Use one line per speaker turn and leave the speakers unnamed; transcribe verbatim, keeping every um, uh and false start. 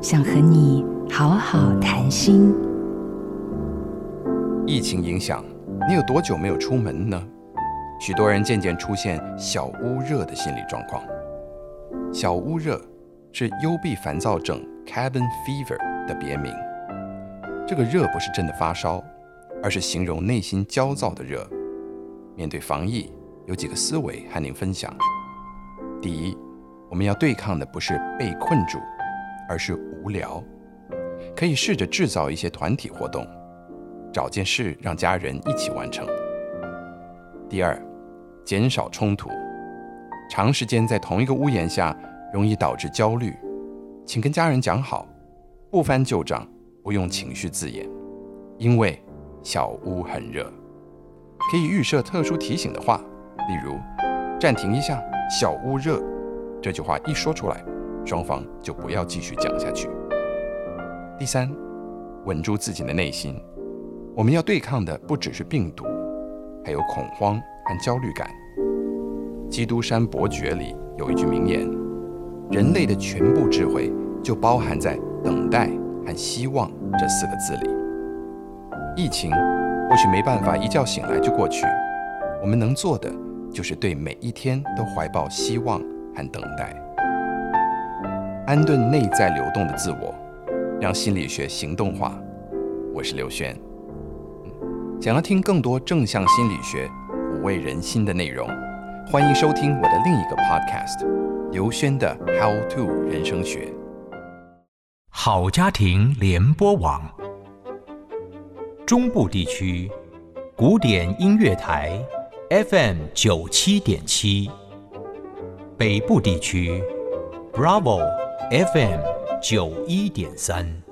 想和你好好谈心。
疫情影响，你有多久没有出门呢？许多人渐渐出现小屋热的心理状况。小屋热是幽闭烦躁症 cabin fever 的别名。这个热不是真的发烧，而是形容内心焦躁的热。面对防疫，有几个思维和您分享。第一，我们要对抗的不是被困住，而是无聊。可以试着制造一些团体活动，找件事让家人一起完成。第二，减少冲突。长时间在同一个屋檐下容易导致焦虑，请跟家人讲好，不翻旧账，不用情绪字眼，因为小屋很热。可以预设特殊提醒的话，例如暂停一下，小屋热，这句话一说出来，双方就不要继续讲下去。第三，稳住自己的内心。我们要对抗的不只是病毒，还有恐慌和焦虑感。基督山伯爵里有一句名言，人类的全部智慧就包含在等待和希望这四个字里。疫情或许没办法一觉醒来就过去，我们能做的就是对每一天都怀抱希望和等待，安顿内在流动的自我，让心理学行动化。我是刘轩。想要听更多正向心理学、抚慰人心的内容，欢迎收听我的另一个 podcast 刘轩的 How to 人生学。
好家庭联播网，中部地区古典音乐台 F M 九七点七，北部地区 Bravo F M 九一点三。